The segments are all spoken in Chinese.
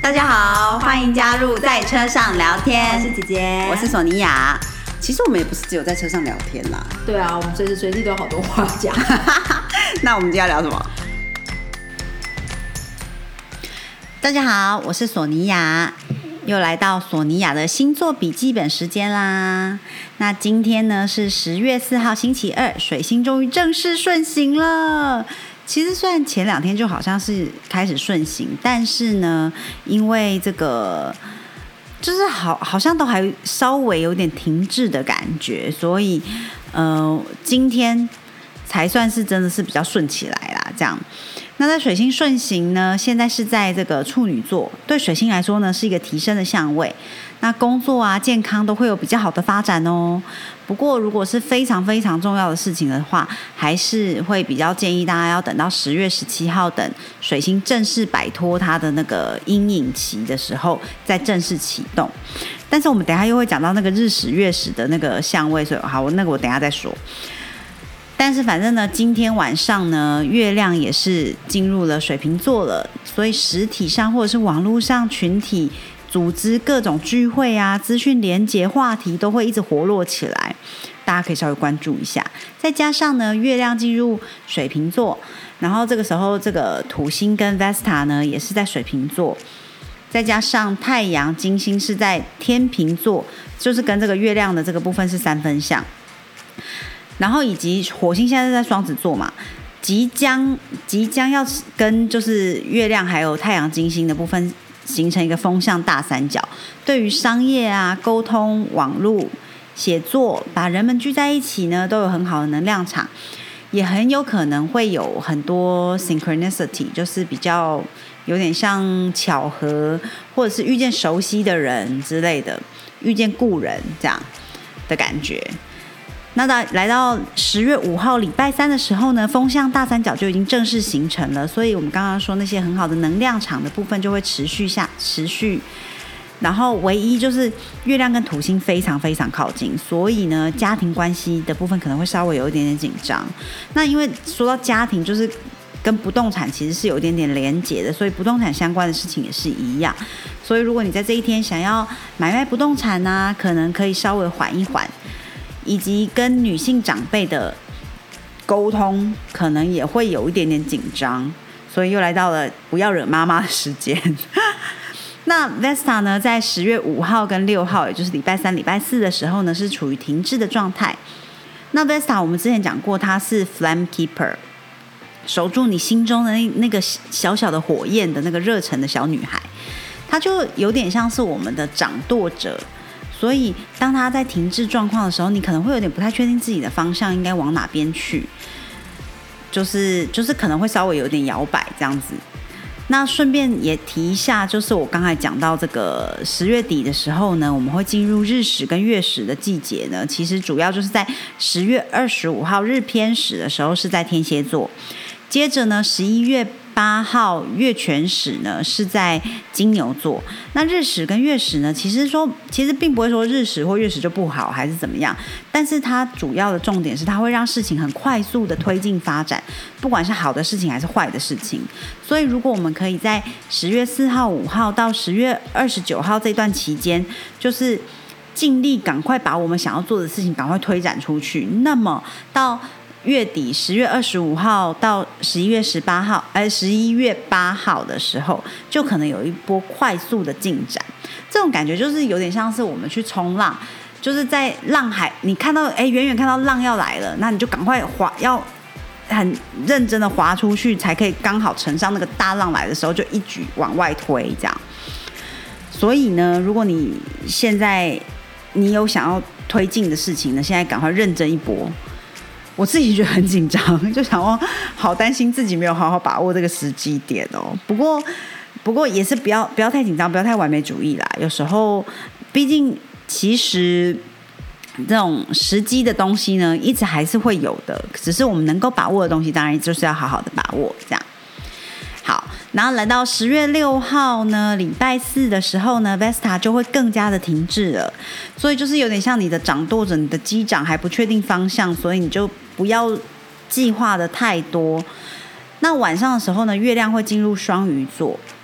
大家好，欢迎加入在车上聊天。 我是姐姐， 我是索尼娅。其实我们也不是只有在车上聊天啦。 对啊，我们随时随地都有好多话讲。 那我们今天要聊什么？大家好，我是索尼娅，又来到索尼娅的星座笔记本时间啦。那今天呢是10月4号星期二，水星终于正式顺行了。其实虽然前2天就好像是开始顺行，但是呢，因为这个就是好像都还稍微有点停滞的感觉，所以今天才算是真的是比较顺起来啦，这样。那在水星顺行呢，现在是在这个处女座，对水星来说呢是一个提升的相位，那工作啊健康都会有比较好的发展哦。不过如果是非常非常重要的事情的话，还是会比较建议大家要等到10月17号，等水星正式摆脱它的那个阴影期的时候再正式启动。但是我们等一下又会讲到那个日食月食的那个相位，所以好，那个我等一下再说。但是反正呢，今天晚上呢，月亮也是进入了水瓶座了，所以实体上或者是网络上群体组织各种聚会啊、资讯连结话题都会一直活络起来，大家可以稍微关注一下。再加上呢，月亮进入水瓶座，然后这个时候这个土星跟 Vesta 呢也是在水瓶座，再加上太阳、金星是在天秤座，就是跟这个月亮的这个部分是3分相。然后以及火星现在是在双子座嘛，即将要跟就是月亮还有太阳金星的部分形成一个风向大三角，对于商业啊、沟通、网络、写作，把人们聚在一起呢，都有很好的能量场，也很有可能会有很多 synchronicity， 就是比较有点像巧合，或者是遇见熟悉的人之类的，遇见故人这样的感觉。那来到10月5号礼拜三的时候呢，风向大三角就已经正式形成了，所以我们刚刚说那些很好的能量场的部分就会持续。然后唯一就是月亮跟土星非常非常靠近，所以呢家庭关系的部分可能会稍微有一点点紧张。那因为说到家庭，就是跟不动产其实是有一点点连结的，所以不动产相关的事情也是一样。所以如果你在这一天想要买卖不动产啊，可能可以稍微缓一缓。以及跟女性长辈的沟通可能也会有一点点紧张，所以又来到了不要惹妈妈的时间。那 Vesta 呢，在10月5号跟6号，也就是礼拜3、礼拜4的时候呢，是处于停滞的状态。那 Vesta 我们之前讲过，它是 Flame Keeper， 守住你心中的那个小小的火焰的那个热忱的小女孩，她就有点像是我们的掌舵者。所以当他在停滞状况的时候，你可能会有点不太确定自己的方向应该往哪边去，就是可能会稍微有点摇摆这样子。那顺便也提一下，就是我刚才讲到这个10月底的时候呢，我们会进入日食跟月食的季节呢，其实主要就是在10月25号日偏食的时候是在天蝎座，接着呢11月8号月全食呢是在金牛座。那日食跟月食呢，其实并不会说日食或月食就不好还是怎么样，但是它主要的重点是它会让事情很快速的推进发展，不管是好的事情还是坏的事情。所以如果我们可以在10月4号、5号到10月29号这段期间，就是尽力赶快把我们想要做的事情赶快推展出去，那么到月底10月25号到11月8号的时候，就可能有一波快速的进展。这种感觉就是有点像是我们去冲浪，就是在浪海，你看到远远看到浪要来了，那你就赶快要很认真的滑出去，才可以刚好乘上那个大浪来的时候，就一举往外推这样。所以呢，如果你现在你有想要推进的事情呢，现在赶快认真一波。我自己觉得很紧张，就想说好担心自己没有好好把握这个时机点哦。不过也是不要太紧张，不要太完美主义啦。有时候毕竟其实这种时机的东西呢，一直还是会有的，只是我们能够把握的东西，当然就是要好好的把握这样。好，然后来到10月6号呢，礼拜4的时候呢 ，Vesta 就会更加的停滞了。所以就是有点像你的掌舵者，你的机长还不确定方向，所以你就不要计划的太多。那晚上的时候呢，月亮会进入双鱼座，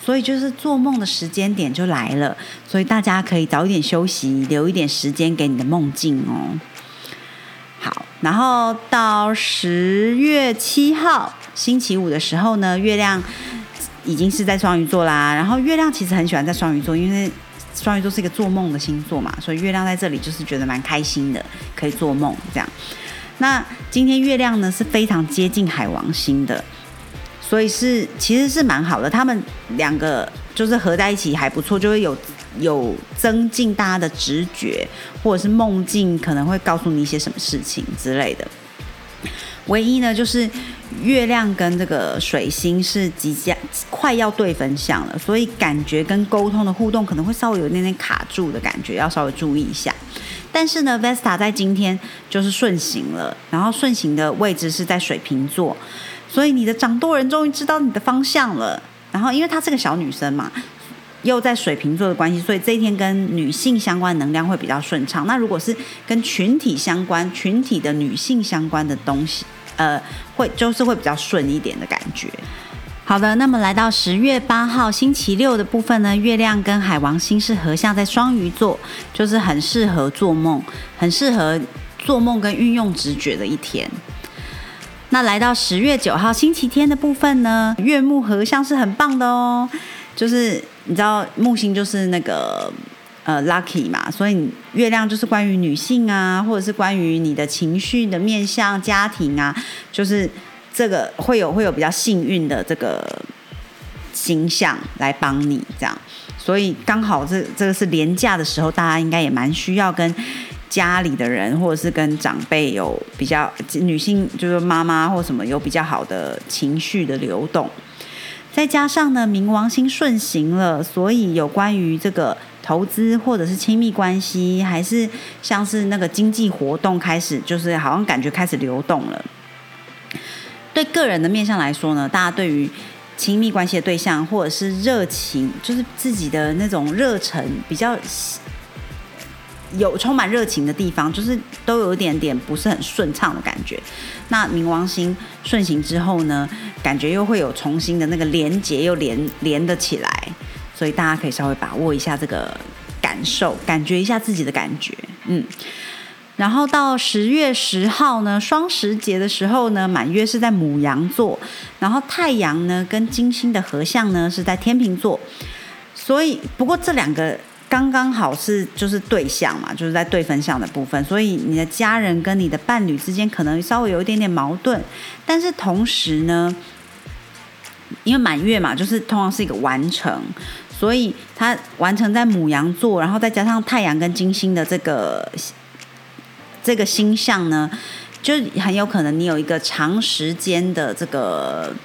所以就是做梦的时间点就来了，所以大家可以早一点休息，留一点时间给你的梦境哦。好，然后到10月7号星期五的时候呢，月亮已经是在双鱼座啦。然后月亮其实很喜欢在双鱼座，因为双鱼座是一个做梦的星座嘛，所以月亮在这里就是觉得蛮开心的，可以做梦这样。那今天月亮呢是非常接近海王星的，所以其实是蛮好的，他们两个就是合在一起还不错，就会有增进大家的直觉，或者是梦境可能会告诉你一些什么事情之类的。唯一呢就是月亮跟这个水星是即将快要对分相了，所以感觉跟沟通的互动可能会稍微有一点点卡住的感觉，要稍微注意一下。但是呢 Vesta 在今天就是顺行了，然后顺行的位置是在水瓶座，所以你的掌舵人终于知道你的方向了。然后因为她是个小女生嘛，又在水瓶座的关系，所以这一天跟女性相关的能量会比较顺畅。那如果是跟群体相关、群体的女性相关的东西，会比较顺一点的感觉。好的，那么来到10月8号星期六的部分呢，月亮跟海王星是合相在双鱼座，就是很适合做梦，很适合做梦跟运用直觉的一天。那来到10月9号星期天的部分呢，月木合相是很棒的哦，就是你知道木星就是那个lucky 嘛，所以月亮就是关于女性啊，或者是关于你的情绪的面向、家庭啊，就是这个会有比较幸运的这个形象来帮你这样。所以刚好这个是连假的时候，大家应该也蛮需要跟家里的人或者是跟长辈有比较，女性就是妈妈或什么有比较好的情绪的流动。再加上呢冥王星顺行了，所以有关于这个投资或者是亲密关系，还是像是那个经济活动开始，就是好像感觉开始流动了。对个人的面向来说呢，大家对于亲密关系的对象或者是热情，就是自己的那种热忱比较有充满热情的地方，就是都有一点点不是很顺畅的感觉。那冥王星顺行之后呢，感觉又会有重新的那个连结，又连得起来，所以大家可以稍微把握一下这个感受，感觉一下自己的感觉。然后到10月10号呢，双十节的时候呢，满月是在牡羊座，然后太阳呢跟金星的合相呢是在天秤座，所以不过这两个刚刚好是就是对象嘛，就是在对分相的部分，所以你的家人跟你的伴侣之间可能稍微有一点点矛盾，但是同时呢，因为满月嘛，就是通常是一个完成，所以它完成在牡羊座，然后再加上太阳跟金星的这个星象呢，就很有可能你有一个长时间的这个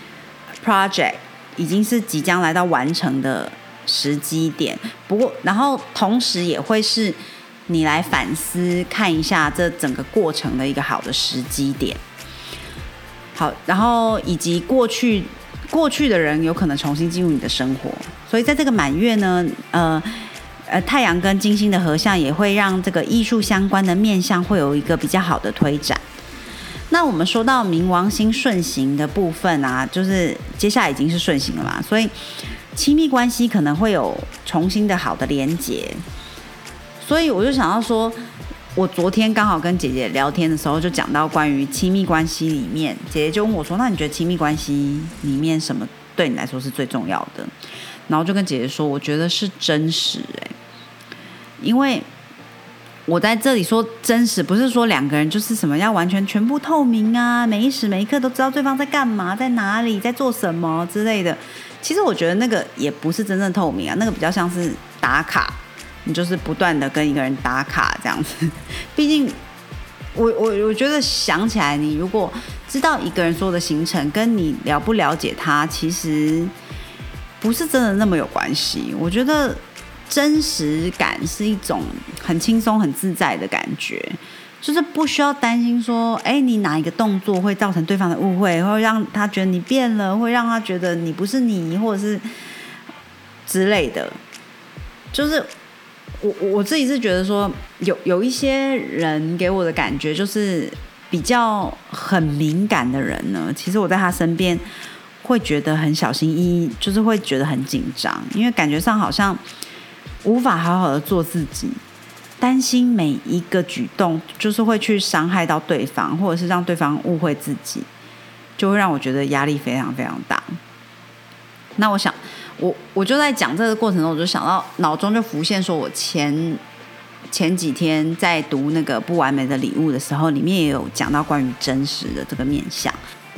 project 已经是即将来到完成的时机点。不过然后同时也会是你来反思看一下这整个过程的一个好的时机点。好，然后以及过去的人有可能重新进入你的生活，所以在这个满月呢，太阳跟金星的合相也会让这个艺术相关的面向会有一个比较好的推展。那我们说到冥王星顺行的部分啊，就是接下来已经是顺行了嘛，所以亲密关系可能会有重新的好的连结。所以我就想到说，我昨天刚好跟姐姐聊天的时候就讲到关于亲密关系里面，姐姐就问我说，那你觉得亲密关系里面什么对你来说是最重要的？然后就跟姐姐说，我觉得是真实。因为我在这里说真实，不是说两个人就是什么要完全全部透明啊，每一时每一刻都知道对方在干嘛，在哪里，在做什么之类的。其实我觉得那个也不是真正透明啊，那个比较像是打卡，你就是不断的跟一个人打卡这样子。毕竟我觉得想起来，你如果知道一个人所有的行程，跟你了不了解他，其实不是真的那么有关系。我觉得真实感是一种很轻松很自在的感觉，就是不需要担心说你哪一个动作会造成对方的误会，会让他觉得你变了，会让他觉得你不是你，或者是之类的。就是我自己是觉得说有一些人给我的感觉就是比较很敏感的人呢，其实我在他身边会觉得很小心翼翼，就是会觉得很紧张，因为感觉上好像无法好好的做自己，担心每一个举动就是会去伤害到对方，或者是让对方误会自己，就会让我觉得压力非常非常大。那我就在讲这个过程中，我就想到脑中就浮现说，我前几天在读那个不完美的礼物的时候，里面也有讲到关于真实的这个面向。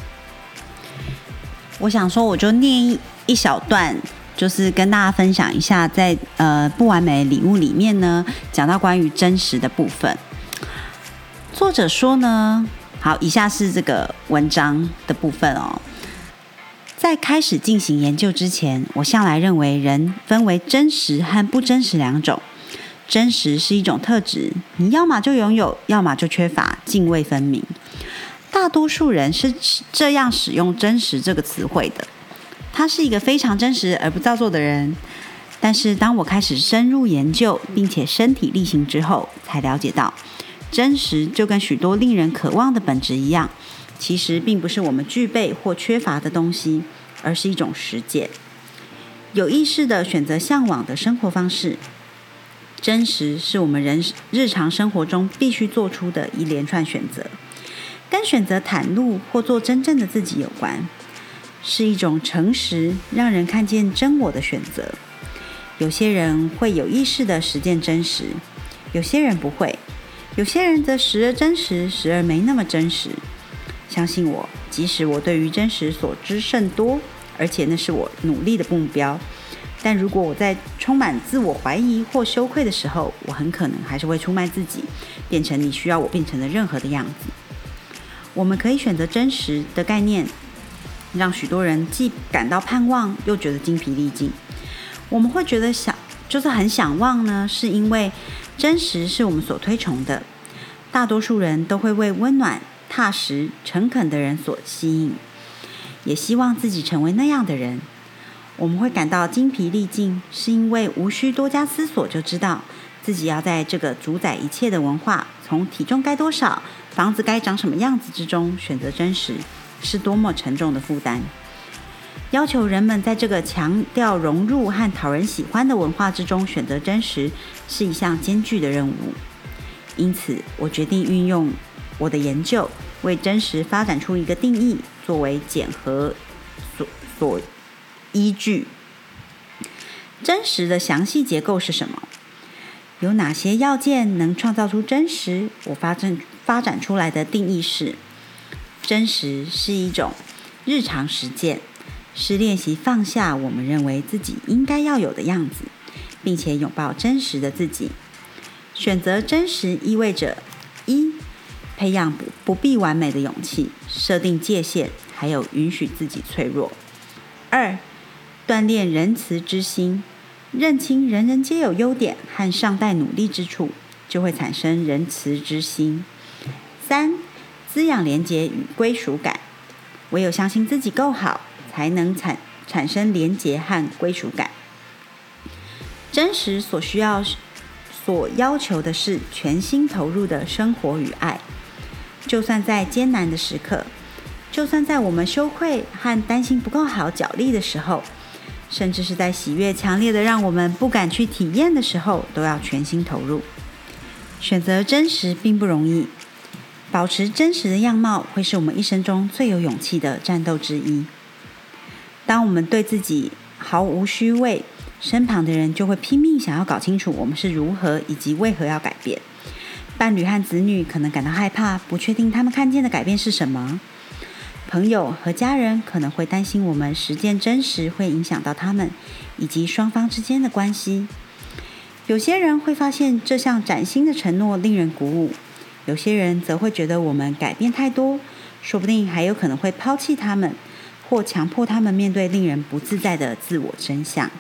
我想说，我就念一小段，就是跟大家分享一下在，不完美礼物里面呢，讲到关于真实的部分。作者说呢，好，以下是这个文章的部分哦。在开始进行研究之前，我向来认为人分为真实和不真实两种。真实是一种特质，你要么就拥有，要么就缺乏，泾渭分明。大多数人是这样使用真实这个词汇的，他是一个非常真实而不造作的人。但是当我开始深入研究并且身体力行之后，才了解到真实就跟许多令人渴望的本质一样，其实并不是我们具备或缺乏的东西，而是一种实践，有意识地选择向往的生活方式。真实是我们人日常生活中必须做出的一连串选择，跟选择袒露或做真正的自己有关，是一种诚实，让人看见真我的选择。有些人会有意识地实践真实，有些人不会，有些人则时而真实，时而没那么真实。相信我，即使我对于真实所知甚多，而且那是我努力的目标，但如果我在充满自我怀疑或羞愧的时候，我很可能还是会出卖自己，变成你需要我变成的任何的样子。我们可以选择真实的概念，让许多人既感到盼望，又觉得精疲力尽。我们会觉得就是很想望呢，是因为真实是我们所推崇的。大多数人都会为温暖、踏实、诚恳的人所吸引，也希望自己成为那样的人。我们会感到精疲力尽，是因为无需多加思索就知道自己要在这个主宰一切的文化，从体重该多少、房子该长什么样子之中选择真实，是多么沉重的负担。要求人们在这个强调融入和讨人喜欢的文化之中选择真实，是一项艰巨的任务。因此，我决定运用我的研究，为真实发展出一个定义，作为检核所依据。真实的详细结构是什么？有哪些要件能创造出真实？我发展出来的定义是：真实是一种日常实践，是练习放下我们认为自己应该要有的样子，并且拥抱真实的自己。选择真实意味着：一、培养不必完美的勇气，设定界限，还有允许自己脆弱；二、锻炼仁慈之心，认清人人皆有优点和尚待努力之处，就会产生仁慈之心；三、滋养连结与归属感，唯有相信自己够好，才能产生连结和归属感。真实所要求的是全心投入的生活与爱，就算在艰难的时刻，就算在我们羞愧和担心不够好角力的时候，甚至是在喜悦强烈的让我们不敢去体验的时候，都要全心投入。选择真实并不容易，保持真实的样貌会是我们一生中最有勇气的战斗之一。当我们对自己毫无虚伪，身旁的人就会拼命想要搞清楚我们是如何以及为何要改变。伴侣和子女可能感到害怕，不确定他们看见的改变是什么。朋友和家人可能会担心我们实践真实会影响到他们以及双方之间的关系。有些人会发现这项崭新的承诺令人鼓舞，有些人则会觉得我们改变太多，说不定还有可能会抛弃他们，或强迫他们面对令人不自在的自我真相。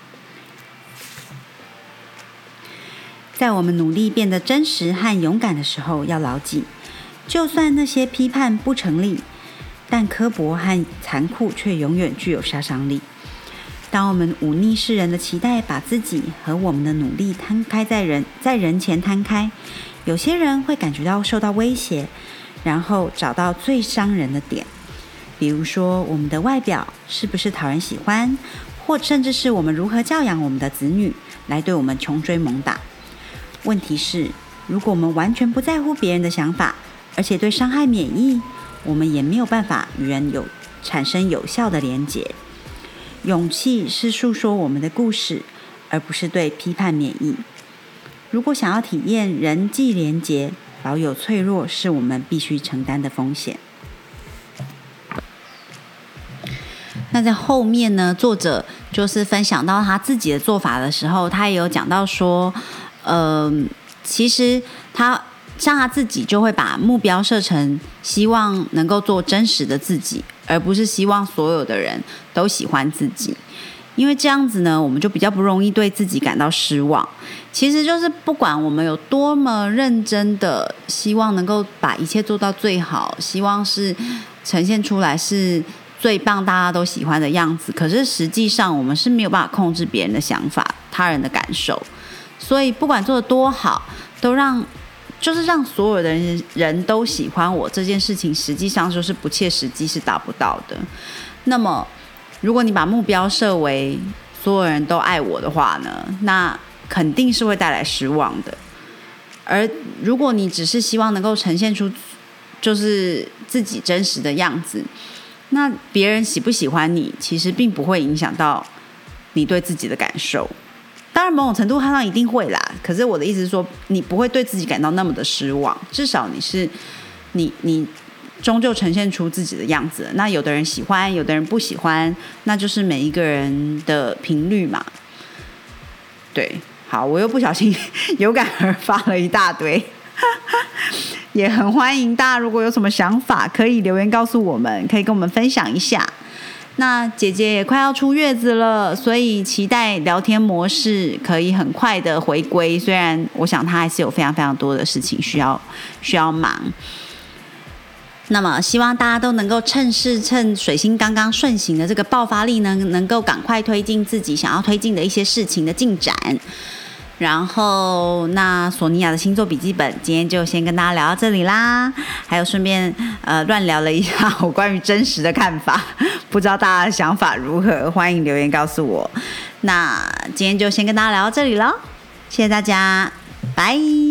在我们努力变得真实和勇敢的时候，要牢记，就算那些批判不成立，但刻薄和残酷却永远具有杀伤力。当我们忤逆世人的期待，把自己和我们的努力摊开在人前摊开，有些人会感觉到受到威胁，然后找到最伤人的点， 比如说我们的外表是不是讨人喜欢，或甚至是我们如何教养我们的子女来对我们穷追猛打。问题是，如果我们完全不在乎别人的想法，而且对伤害免疫，我们也没有办法与人产生有效的连结。勇气是诉说我们的故事，而不是对批判免疫。如果想要体验人际连结，保有脆弱是我们必须承担的风险。那在后面呢，作者就是分享到他自己的做法的时候，他也有讲到说，其实像他自己就会把目标设成希望能够做真实的自己，而不是希望所有的人都喜欢自己。因为这样子呢，我们就比较不容易对自己感到失望。其实就是不管我们有多么认真的希望能够把一切做到最好，希望是呈现出来是最棒大家都喜欢的样子，可是实际上我们是没有办法控制别人的想法、他人的感受。所以不管做得多好，都让所有的人都喜欢我，这件事情实际上就是不切实际，是达不到的。那么如果你把目标设为所有人都爱我的话呢，那肯定是会带来失望的。而如果你只是希望能够呈现出就是自己真实的样子，那别人喜不喜欢你其实并不会影响到你对自己的感受。当然某种程度上一定会啦，可是我的意思是说，你不会对自己感到那么的失望，至少你终究呈现出自己的样子了。那有的人喜欢，有的人不喜欢，那就是每一个人的频率嘛。对，好，我又不小心有感而发了一大堆也很欢迎大家如果有什么想法可以留言告诉我们，可以跟我们分享一下。那姐姐也快要出月子了，所以期待聊天模式可以很快的回归，虽然我想她还是有非常非常多的事情需要忙。那么希望大家都能够趁水星刚刚顺行的这个爆发力呢，能够赶快推进自己想要推进的一些事情的进展。然后那索尼娅的星座笔记本今天就先跟大家聊到这里啦，还有顺便乱聊了一下我关于真实的看法，不知道大家的想法如何，欢迎留言告诉我。那今天就先跟大家聊到这里了，谢谢大家，拜。